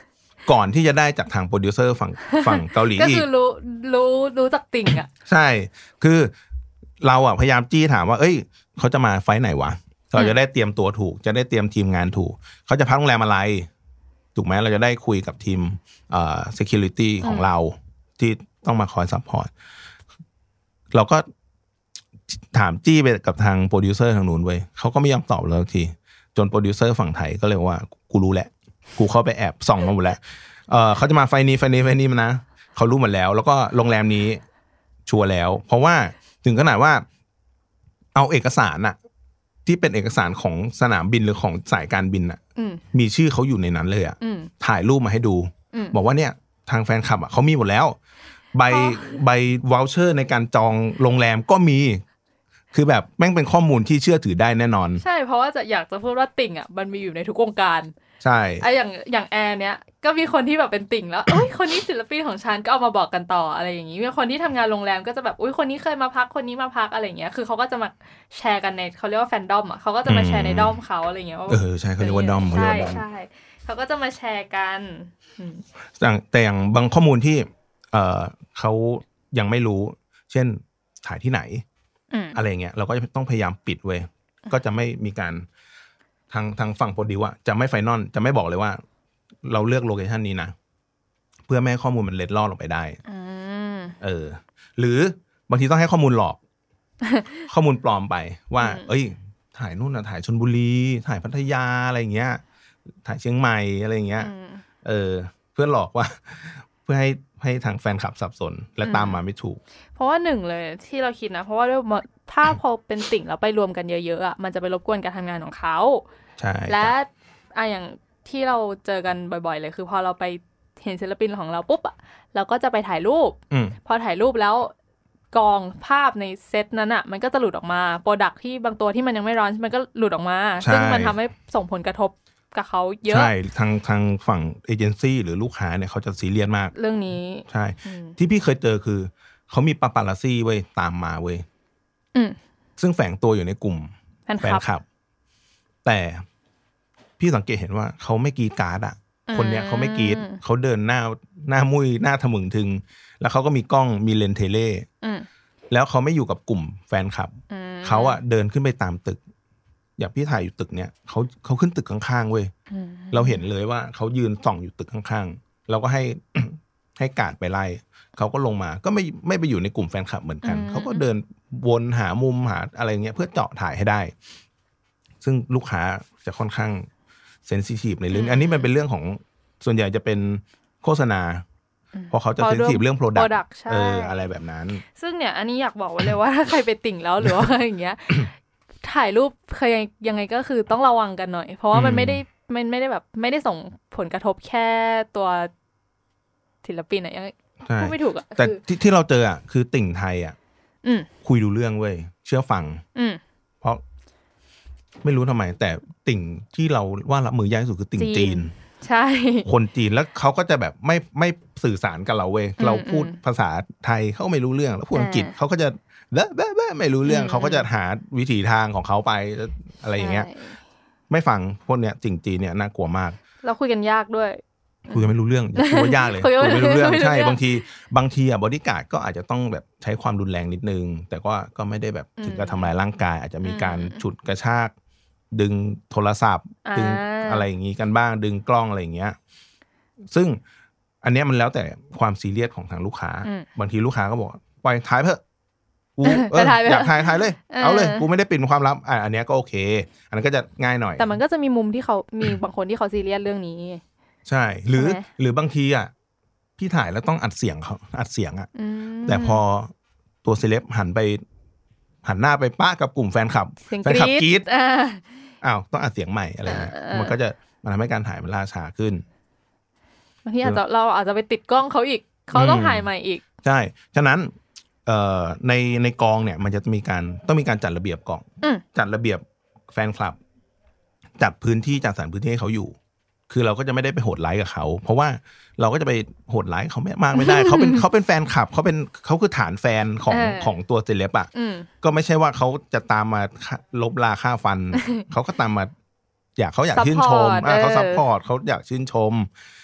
ก่อนที่จะได้จากทางโปรดิวเซอร์ฝั่งฝั่งเกาหลีก็คือรู้รู้รู้จากติ่งอ่ะใช่คือเราอ่ะพยายามจี้ถามว่าเอ้ยเขาจะมาไฟล์ไหนวะเราจะได้เตรียมตัวถูกจะได้เตรียมทีมงานถูกเขาจะพักโรงแรมอะไรถูกไหมเราจะได้คุยกับทีมเอ่อ security ของเราที่ต้องมาคอยซัพพอร์ตเราก็ถามจี้ไปกับทางโปรดิวเซอร์ทางนู้นเว้ยเขาก็ไม่ยอมตอบเราทีจนโปรดิวเซอร์ฝั่งไทยก็เลยว่ากูรู้แหละกูเข้าไปแอบส่องมาหมดแล้วเออเขาจะมาไฟนี้ไฟนี้ไฟนี้มานะเขารู้หมดแล้วแล้วก็โรงแรมนี้ชัวร์แล้วเพราะว่าถึงขนาดว่าเอาเอกสารอะที่เป็นเอกสารของสนามบินหรือของสายการบินอะมีชื่อเขาอยู่ในนั้นเลยอะถ่ายรูปมาให้ดูบอกว่าเนี่ยทางแฟนคลับอะเขามีหมดแล้วใบใบวอลเชอร์ในการจองโรงแรมก็มีคือแบบแม่งเป็นข้อมูลที่เชื่อถือได้แน่นอนใช่เพราะว่าจะอยากจะพูดว่าติ่งอ่ะมันมีอยู่ในทุกวงการใช่ไอ้อย่างอย่างแอร์เนี้ยก็มีคนที่แบบเป็นติ่งแล้วเอ้ยคนนี้ศิลปินของฉันก็เอามาบอกกันต่ออะไรอย่างงี้มีคนที่ทำงานโรงแรมก็จะแบบอุ้ยคนนี้เคยมาพักคนนี้มาพักอะไรอย่างเงี้ยคือเขาก็จะมาแชร์กันในเขาเรียกว่าแฟนดอมอ่ะเขาก็จะมาแชร์ในดอมเขาอะไรอย่างเงี้ยเออใช่เขาเรียกว่าดอมใช่ใช่เขาก็จะมาแชร์กันแต่แต่อย่างบางข้อมูลที่เออเขายังไม่รู้เช่นถ่ายที่ไหนอะไรเงี้ยเราก็ต้องพยายามปิดเว้ยก็จะไม่มีการทางทางฝั่งโปรดิวอะจะไม่ไฟนอลจะไม่บอกเลยว่าเราเลือกโลเคชันนี้นะเพื่อไม่ให้ข้อมูลมันเล็ดลอดลงไปได้เออหรือบางทีต้องให้ข้อมูลหลอก ข้อมูลปลอมไปว่าเอ้ยถ่ายนู่นนะถ่ายชลบุรีถ่ายพัทยาอะไรเงี้ยถ่ายเชียงใหม่อะไรเงี้ยเออเพื่อหลอกว่าเพื่อให้ให้ทางแฟนคลับสับสนและตามมาไม่ถูกเพราะว่าหนึ่งเลยที่เราคิดนะเพราะว่าถ้าพอเป็นติ่งแล้วไปรวมกันเยอะๆอ่ะมันจะไปรบกวนการทำงานของเขาใช่และอ่ะอย่างที่เราเจอกันบ่อยๆเลยคือพอเราไปเห็นศิลปินของเราปุ๊บอ่ะเราก็จะไปถ่ายรูปพอถ่ายรูปแล้วกองภาพในเซตนั้นอ่ะมันก็จะหลุดออกมาโปรดักที่บางตัวที่มันยังไม่ร้อนมันก็หลุดออกมาซึ่งมันทำให้ส่งผลกระทบกับเขาเยอะใช่ทางทางฝั่งเอเจนซี่หรือลูกค้าเนี่ยเขาจะซีเรียสมากเรื่องนี้ใช่ที่พี่เคยเจอคือเขามีปาปารัสซี่เว้ยตามมาเว้ยซึ่งแฝงตัวอยู่ในกลุ่มแฟนคลับแต่พี่สังเกตเห็นว่าเขาไม่กรีดการ์ดอ่ะคนเนี้ยเขาไม่กรีดเขาเดินหน้าหน้ามุ้ยหน้าทะมึงทึงแล้วเขาก็มีกล้องมีเลนส์เทเลแล้วเขาไม่อยู่กับกลุ่มแฟนคลับเขาอ่ะเดินขึ้นไปตามตึกอย่างพี่ถ่ายอยู่ตึกเนี้ยเขาเขาขึ้นตึกข้างๆเว้ยเราเห็นเลยว่าเขายืนส่องอยู่ตึกข้างๆเราก็ให้ ให้การ์ดไปไล่เขาก็ลงมาก็ไม่ไม่ไปอยู่ในกลุ่มแฟนคลับเหมือนกันเขาก็เดินวนหามุมหาอะไรเงี้ยเพื่อเจาะถ่ายให้ได้ซึ่งลูกค้าจะค่อนข้างเซนซิทีฟในเรื่องอันนี้มันเป็นเรื่องของส่วนใหญ่จะเป็นโฆษณาเพราะเขาจะเซนซิทีฟเรื่องโปรดักต์เอออะไรแบบนั้นซึ่งเนี่ยอันนี้อยากบอกไว้เลยว่าถ้าใครไปติ่งแล้วหรือว่าอย่างเงี้ยถ่ายรูปเคยยังไงก็คือต้องระวังกันหน่อยเพราะว่ามันไม่ได้มันไม่ได้แบบไม่ได้ส่งผลกระทบแค่ตัวศิลปินอะยังพูดไม่ถูกอะแต่ที่ที่เราเจออะคือติ่งไทยอะคุยดูเรื่องเว้ยเชื่อฟังเพราะไม่รู้ทำไมแต่ติ่งที่เราว่ารับมือยากที่สุดคือติ่งจีนใช่คนจีนแล้วเขาก็จะแบบไม่ไม่สื่อสารกับเราเว้ยเราพูดภาษาไทยเขาไม่รู้เรื่องแล้วพูดอังกฤษเขาก็จะแบ๊ะแบ๊ะแบ๊ะไม่รู้เรื่องเขาก็จะหาวิถีทางของเขาไปอะไรอย่างเงี้ยไม่ฟังพวกเนี้ยติ่งจีนเนี่ยน่ากลัวมากเราคุยกันยากด้วยคุยกันไม่รู้เรื่องคุยยากเลยคุยไม่รู้เรื่องใช่บางทีบางทีอ่ะบอดี้การ์ดก็อาจจะต้องแบบใช้ความรุนแรงนิดนึงแต่ก็ก็ไม่ได้แบบถึงกับทำลายร่างกายอาจจะมีการฉุดกระชากดึงโทรศัพท์ดึงอะไรอย่างงี้กันบ้างดึงกล้องอะไรอย่างเงี้ยซึ่งอันเนี้ยมันแล้วแต่ความซีเรียสของทางลูกค้าบางทีลูกค้าก็บอกปล่อยถ่ายเถอะกูเอออยากถ่ายถ่ายเลยเอาเลยกูไม่ได้ปิดความลับอ่ะอันเนี้ยก็โอเคอันนั้นก็จะง่ายหน่อยแต่มันก็จะมีมุมที่เขามีบางคนที่เขาซีเรียสเรื่องนี้ใช่หรือหรือบางทีอ่ะพี่ถ่ายแล้วต้องอัดเสียงเขาอัดเสียงอ่ะแต่พอตัวเซเลบหันไปหันหน้าไปป้ากับกลุ่มแฟนคลับแฟนคลับกรี๊ดอ้าวต้องอัดเสียงใหม่อะไรเงี้ยมันก็จะมันทำให้การถ่ายมันล่าช้าขึ้นบางทีอาจจะเราอาจจะไปติดกล้องเขาอีกเขาต้องถ่ายใหม่อีกใช่ฉะนั้นเอ่อในในกองเนี่ยมันจะมีการต้องมีการจัดระเบียบกองจัดระเบียบแฟนคลับจัดพื้นที่จัดสรรพื้นที่ให้เขาอยู่คือเราก็จะไม่ได้ไปโหดไลค์กับเขาเพราะว่าเราก็จะไปโหดไลค์เขาไม่มากไม่ได้ เขาเป็นเขาเป็นแฟนคลับเขาเป็นเขาคือฐานแฟนของของตัวเซเลบอ่ะก็ไม่ใช่ว่าเขาจะตามมาลบลาค่าฟัน เขาก็ตามมาอยากเขาอยากชื่นชมเขาซัพพอร์ตเขาอยากชื่นชม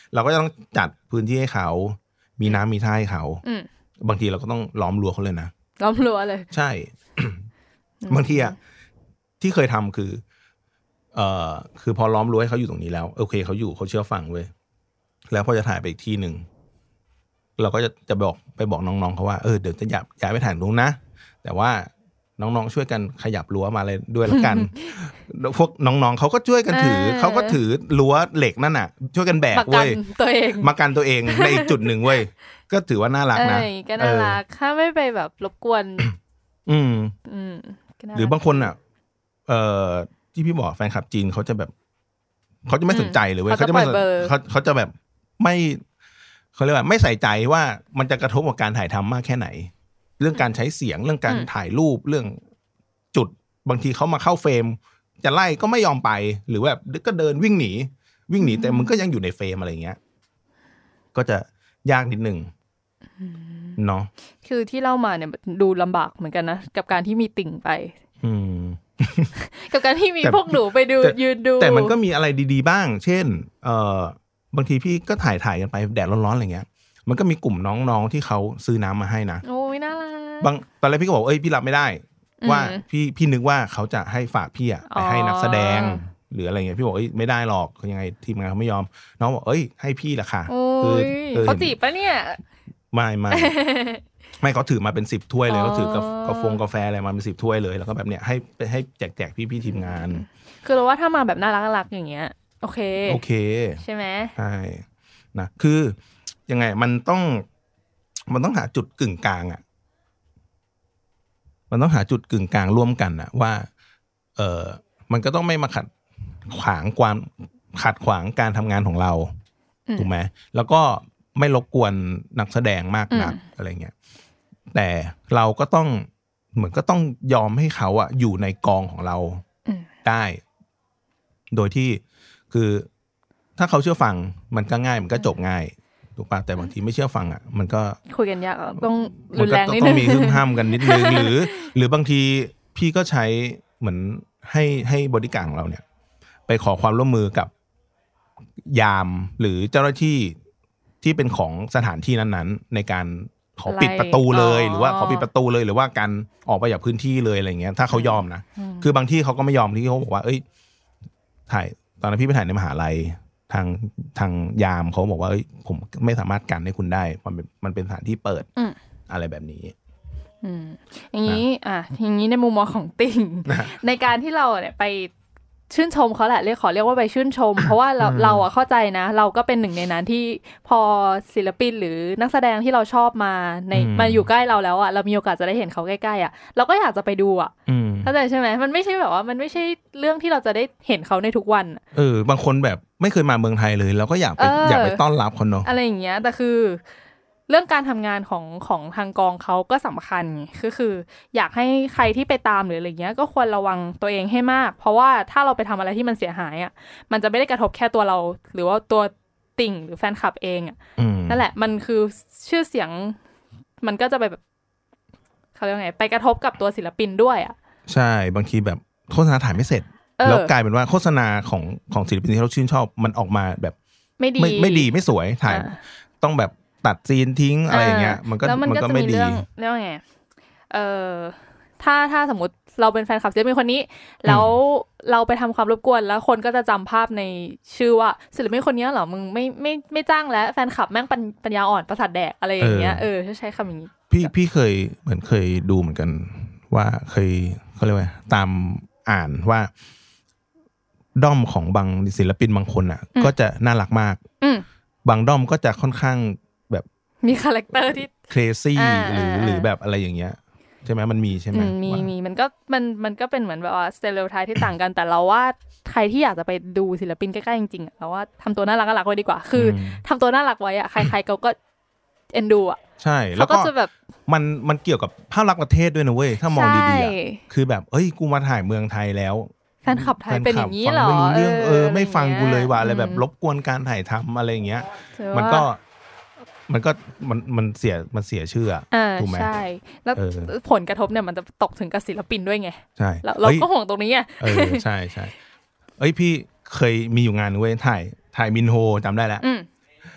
เราก็ต้องจัดพื้นที่ให้เขามีน้ำมีท่าให้เขาบางทีเราก็ต้องล้อมรั้วเขาเลยนะล้อมรั้วเลยใช่ บางทีอะที่เคยทำคือเอ่อคือพอล้อมรั้วให้เขาอยู่ตรงนี้แล้วโอเคเขาอยู่เขาเชื่อฟังเว้ยแล้วพอจะถ่ายไปอีกที่หนึ่งเราก็จะจะบอกไปบอกน้องๆเขาว่าเออเดี๋ยวจะย้ายย้ายไปถ่ายตรงนะแต่ว่าน้องๆช่วยกันขยับรั้วมาเลยด้วยละกัน พวกน้องๆเขาก็ช่วยกันถือเขาก็ถือรั้วเหล็กนั่นน่ะช่วยกันแบกเว้ยตัวเองมากันตัวเองในอีกจุดหนึ่งเว้ยก็ถือว่าน่ารักนะก็น่ารักถ้าไม่ไปแบบรบกวนอืมอืมหรือบางคนอ่ะเอ่อที่พี่บอกแฟนคลับจีนเขาจะแบบเขาจะไม่สนใจเลยเว้ยเขาจะไม่เขาเขาจะแบบไม่เขาเรียกว่าไม่ใส่ใจว่ามันจะกระทบกับการถ่ายทำมากแค่ไหนเรื่องการใช้เสียงเรื่องการถ่ายรูปเรื่องจุดบางทีเขามาเข้าเฟรมจะไล่ก็ไม่ยอมไปหรือแบบก็เดินวิ่งหนีวิ่งหนีแต่มันก็ยังอยู่ในเฟรมอะไรเงี้ยก็จะยากนิดนึงเนาะคือที่เล่ามาเนี่ยดูลำบากเหมือนกันนะกับการที่มีติ่งไปกับการที่มีพวกหนูไปดูยืนดูแต่มันก็มีอะไรดีๆบ้างเช่นเอ่อบางทีพี่ก็ถ่ายถ่ายกันไปแดดร้อนๆอะไรเงี้ยมันก็มีกลุ่มน้องๆที่เขาซื้อน้ำมาให้นะโอ้ยน่ารักบางตอนแรกพี่ก็บอกเอ้ยพี่รับไม่ได้ว่าพี่พี่นึกว่าเขาจะให้ฝากพี่อะไปให้นักแสดงหรืออะไรเงี้ยพี่บอกเอ้ยไม่ได้หรอกยังไงทีมงานเขาไม่ยอมน้องบอกเอ้ยให้พี่แหละค่ะคือเขาจีบปะเนี่ยไม่ไม่ไม่เขาถือมาเป็นสิบถ้วยเลยเขาถือกาแฟกาแฟอะไรมาเป็นสิบถ้วยเลยแล้วก็แบบเนี้ยให้ให้แจกแจกพี่พี่ทีมงานคือเราว่าถ้ามาแบบน่ารักน่ารักอย่างเงี้ยโอเคโอเคใช่ไหมใช่นะคือยังไงมันต้องมันต้องหาจุดกึ่งกลางอ่ะมันต้องหาจุดกึ่งกลางร่วมกันอะว่าเออมันก็ต้องไม่มาขัดขวางความขัดขวางการทำงานของเราถูกไหมแล้วก็ไม่รบกวนนักแสดงมากนักอะไรเงี้ยแต่เราก็ต้องเหมือนก็ต้องยอมให้เขาอะอยู่ในกองของเราได้โดยที่คือถ้าเขาเชื่อฟังมันก็ง่ายมันก็จบง่ายถูกป่ะแต่บางทีไม่เชื่อฟังอ่ะมันก็คุยกันยากต้องรุนแรงนิดนึงต้องมีหึ่มห้ามกันนิดนึงหรือหรือบางทีพี่ก็ใช้เหมือนให้ให้บริการของเราเนี่ยไปขอความร่วมมือกับยามหรือเจ้าหน้าที่ที่เป็นของสถานที่นั้นๆในการขอปิดประตูเลยหรือว่าขอปิดประตูเลยหรือว่าการออกไปจากพื้นที่เลยอะไรเงี้ยถ้าเขายอมนะคือบางที่เขาก็ไม่ยอมที่เขาบอกว่าเอ้ยถ่ายตอนนั้นพี่ไปถ่ายในมหาลัยทางทางยามเขาบอกว่าเอ้ยผมไม่สามารถกันให้คุณได้มันเป็นมันเป็นสถานที่เปิดอะไรแบบนี้อืมอย่างนี้อ่ะอย่างนี้ในมุมมองของติ่งในการที่เราเนี่ยไปชื่นชมเขาแหละเรียกขอเรียกว่าไปชื่นชม เพราะว่าเราเราอ่ะเข้าใจนะเราก็เป็นหนึ่งในนั้นที่พอศิลปินหรือนักแสดงที่เราชอบมาในมาอยู่ใกล้เราแล้วอ่ะเรามีโอกาสจะได้เห็นเขาใกล้ๆอ่ะเราก็อยากจะไปดูอ่ะเข้าใจใช่ไหมมันไม่ใช่แบบว่ามันไม่ใช่เรื่องที่เราจะได้เห็นเขาในทุกวันเออบางคนแบบไม่เคยมาเมืองไทยเลยเราก็อยากไปอยากไปต้อนรับคนเนาะอะไรอย่างเงี้ยแต่คือเรื่องการทำงานของของทางกองเขาก็สำคัญคือคืออยากให้ใครที่ไปตามหรืออะไรเงี้ยก็ควรระวังตัวเองให้มากเพราะว่าถ้าเราไปทำอะไรที่มันเสียหายอ่ะมันจะไม่ได้กระทบแค่ตัวเราหรือว่าตัวติ่งหรือแฟนคลับเองอ่ะนั่นแหละมันคือชื่อเสียงมันก็จะไปแบบเขาเรียกไงไปกระทบกับตัวศิลปินด้วยอ่ะใช่บางทีแบบโฆษณาถ่ายไม่เสร็จแล้วกลายเป็นว่าโฆษณาของของศิลปินที่เราชื่นชอบมันออกมาแบบไม่ดีไม่ดีไม่สวยถ่ายต้องแบบตัดซีนทิ้งอะไรอย่างเงี้ยมันก็มันก็ไม่ดีเรียกว่าไงเออถ้าถ้าสมมติเราเป็นแฟนคลับศิลปินคนนี้แล้วเราไปทำความรบกวนแล้วคนก็จะจำภาพในชื่อว่าศิลปินคนนี้เหรอมึงไม่ไม่ไม่จ้างแล้วแฟนคลับแม่งปัญญาอ่อนประสาทแดกอะไรอย่างเงี้ยเออใช้คำอย่างนี้พี่พี่เคยเหมือนเคยดูเหมือนกันว่าเคยเขาเรียกว่าตามอ่านว่าด้อมของบางศิลปินบางคนอ่ะก็จะน่ารักมากบางด้อมก็จะค่อนข้างแบบมีคาแรคเตอร์ที่ crazy หรือหรือแบบอะไรอย่างเงี้ยใช่ไหมมันมีใช่ไหมมีมีมันก็มันมันก็เป็นเหมือนแบบว่าสเตอริโอไทป์ที่ต่างกันแต่เราว่าใครที่อยากจะไปดูศิลปินใกล้ๆจริงๆเราว่าทำตัวน่ารักน่ารักไว้ดีกว่าคือทำตัวน่ารักไว้อะใครๆเขาก็เอ็นดูอะใช่แล้วก็จะแบบมันมันเกี่ยวกับภาพลักษณ์ประเทศด้วยนะเว้ยถ้ามองดีๆอะคือแบบเอ้ยกูมาถ่ายเมืองไทยแล้วแฟนคลับไทยเป็นอย่างนี้เหรอไม่รู้เรื่องเออไม่ฟังกูเลยว่าอะไรแบบรบกวนการถ่ายทำอะไรอย่างเงี้ยมันก็มันก็มันมันเสียมันเสียชื่อถูกไหมใช่แล้วผลกระทบเนี่ยมันจะตกถึงกับศิลปินด้วยไงใช่เราก็ห่วงตรงนี้อ่ะเออใช่ใช่เอ้ยพี่เคยมีอยู่งานเว้ยถ่ายถ่ายมินโฮจำได้แล้ว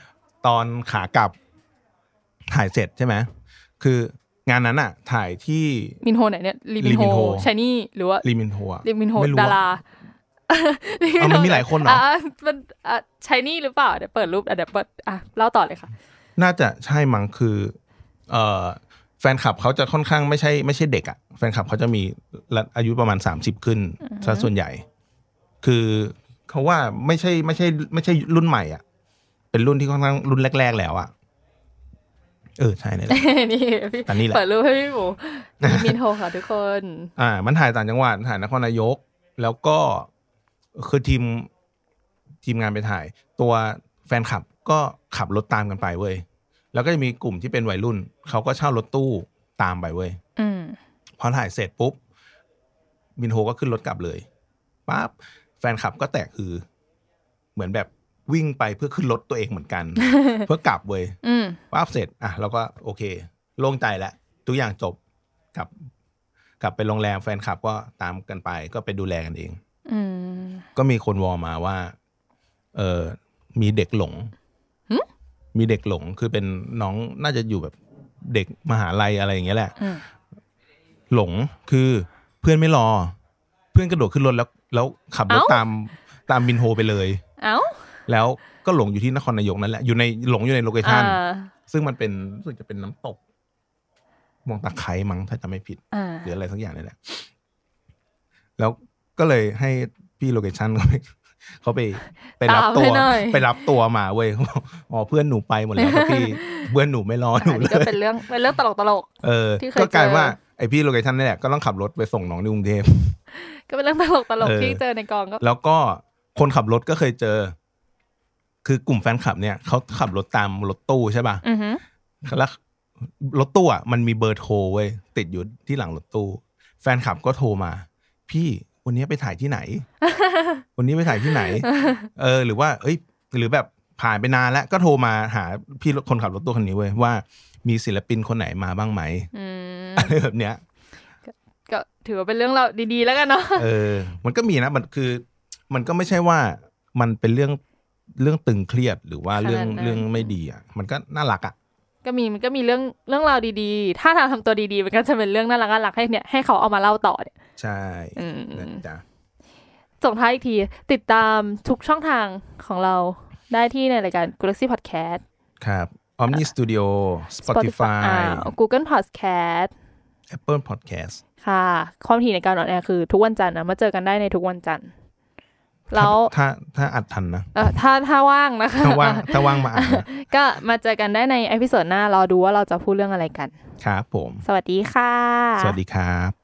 ตอนขากลับถ่ายเสร็จใช่ไหมคืองานนั้นอะถ่ายที่มินโฮไหนเนี่ยลีมินโฮชายนี่หรือว่าลีมินโฮลีมินโฮดาราอ๋อมันมีหลายคนเหรออ่ะมันอ่ะชายนี่หรือเปล่าเดี๋ยวเปิดรูปอ่ะเดี๋ยวเปิดอ่ะเล่าต่อเลยค่ะน่าจะใช่มั้งคือเอ่อแฟนคลับเขาจะค่อนข้างไม่ใช่ไม่ใช่เด็กอ่ะแฟนคลับเขาจะมีอายุประมาณสามสิบขึ้นซะส่วนใหญ่คือเขาว่าไม่ใช่ไม่ใช่ไม่ใช่รุ่นใหม่อ่ะเป็นรุ่นที่ค่อนข้างรุ่นแรกๆแล้วอ่ะเออใช่เนี่ยนี่พี่เปิดรูปให้พี่หมูมีมินโฮค่ะทุกคนอ่ามันถ่ายต่างจังหวัดถ่ายนครนายกแล้วก็คือทีมทีมงานไปถ่ายตัวแฟนคลับก็ขับรถตามกันไปเว้ยแล้วก็จะมีกลุ่มที่เป็นวัยรุ่นเขาก็เช่ารถตู้ตามไปเว้ยพอถ่ายเสร็จปุ๊บมินโฮก็ขึ้นรถกลับเลยปั๊บแฟนคลับก็แตกคือเหมือนแบบวิ่งไปเพื่อขึ้นรถตัวเองเหมือนกัน เพื่อกลับเว้ยปั๊บเสร็จอ่ะเราก็โอเคโล่งใจแล้วทุกอย่างจบกลับกลับไปโรงแรมแฟนคลับก็ตามกันไปก็ไปดูแลกันเองก็มีคนวอลมาว่าเออมีเด็กหลงมีเด็กหลงคือเป็นน้องน่าจะอยู่แบบเด็กมหาลัยอะไรอย่างเงี้ยแหละหลงคือเพื่อนไม่รอเพื่อนกระโดดขึ้นรถแล้วแล้วขับรถตามตามมินโฮไปเลยเอ้าแล้วก็หลงอยู่ที่นครนายกนั่นแหละอยู่ในหลงอยู่ในโลเคชั่นซึ่งมันเป็นรู้สึกจะเป็นน้ำตกมองตะไคร้มั้งถ้าจำไม่ผิดหรืออะไรสักอย่างนี่แหละแล้วก็เลยให้พี่โลเคชั่นเขาไปเขาไปไปรับตัวไปรับตัวมาเว้ยอ๋อเพื่อนหนูไปหมดแล้วพี่เพื่อนหนูไม่รอหนูเลยก็เป็นเรื่องเป็นเรื่องตลกตลกเออก็กลายว่าไอพี่โลเคชั่นนี่แหละก็ต้องขับรถไปส่งน้องที่กรุงเทพก็เป็นเรื่องตลกตลกที่เจอในกองก็แล้วก็คนขับรถก็เคยเจอคือกลุ่มแฟนคลับเนี่ยเขาขับรถตามรถตู้ใช่ป่ะแล้วรถตู้อ่ะมันมีเบอร์โทรเว้ยติดอยู่ที่หลังรถตู้แฟนคลับก็โทรมาพี่วันนี้ไปถ่ายที่ไหน วันนี้ไปถ่ายที่ไหน เออหรือว่าเอ้ยหรือแบบผ่านไปนานแล้วก็โทรมาหาพี่คนขับรถตู้คันนี้เว้ยว่ามีศิลปินคนไหนมาบ้างไหมอะไรแบบเนี้ยก็ถือว่าเป็นเรื่องเราดีๆแล้วกันเนาะเออมันก็มีนะมันคือมันก็ไม่ใช่ว่ามันเป็นเรื่องเรื่องตึงเครียดหรือว่าเรื่องเรื่องไม่ดีอ่ะมันก็น่ารักอ่ะก็มีมันก็มีเรื่องเรื่องราวดีๆถ้าทำทำตัวดีๆมันก็จะเป็นเรื่องน่ารักน่ารักให้เนี่ยให้เขาเอามาเล่าต่อเนี่ยใช่จ้ะส่งท้ายอีกทีติดตามทุกช่องทางของเราได้ที่ในรายการ Galaxy Podcast ครับ Omni Studio Spotify Google Podcast Apple Podcast ค่ะความถี่ในการออนแอร์คือทุกวันจันทร์นะมาเจอกันได้ในทุกวันจันทร์แล้วถ้าถ้าอัดทันนะเออถ้าถ้าว่างนะคะถ้าว่างถ้าว่างมาอัดก็มาเจอกันได้ในเอพิโซดหน้ารอดูว่าเราจะพูดเรื่องอะไรกันครับผมสวัสดีค่ะสวัสดีครับ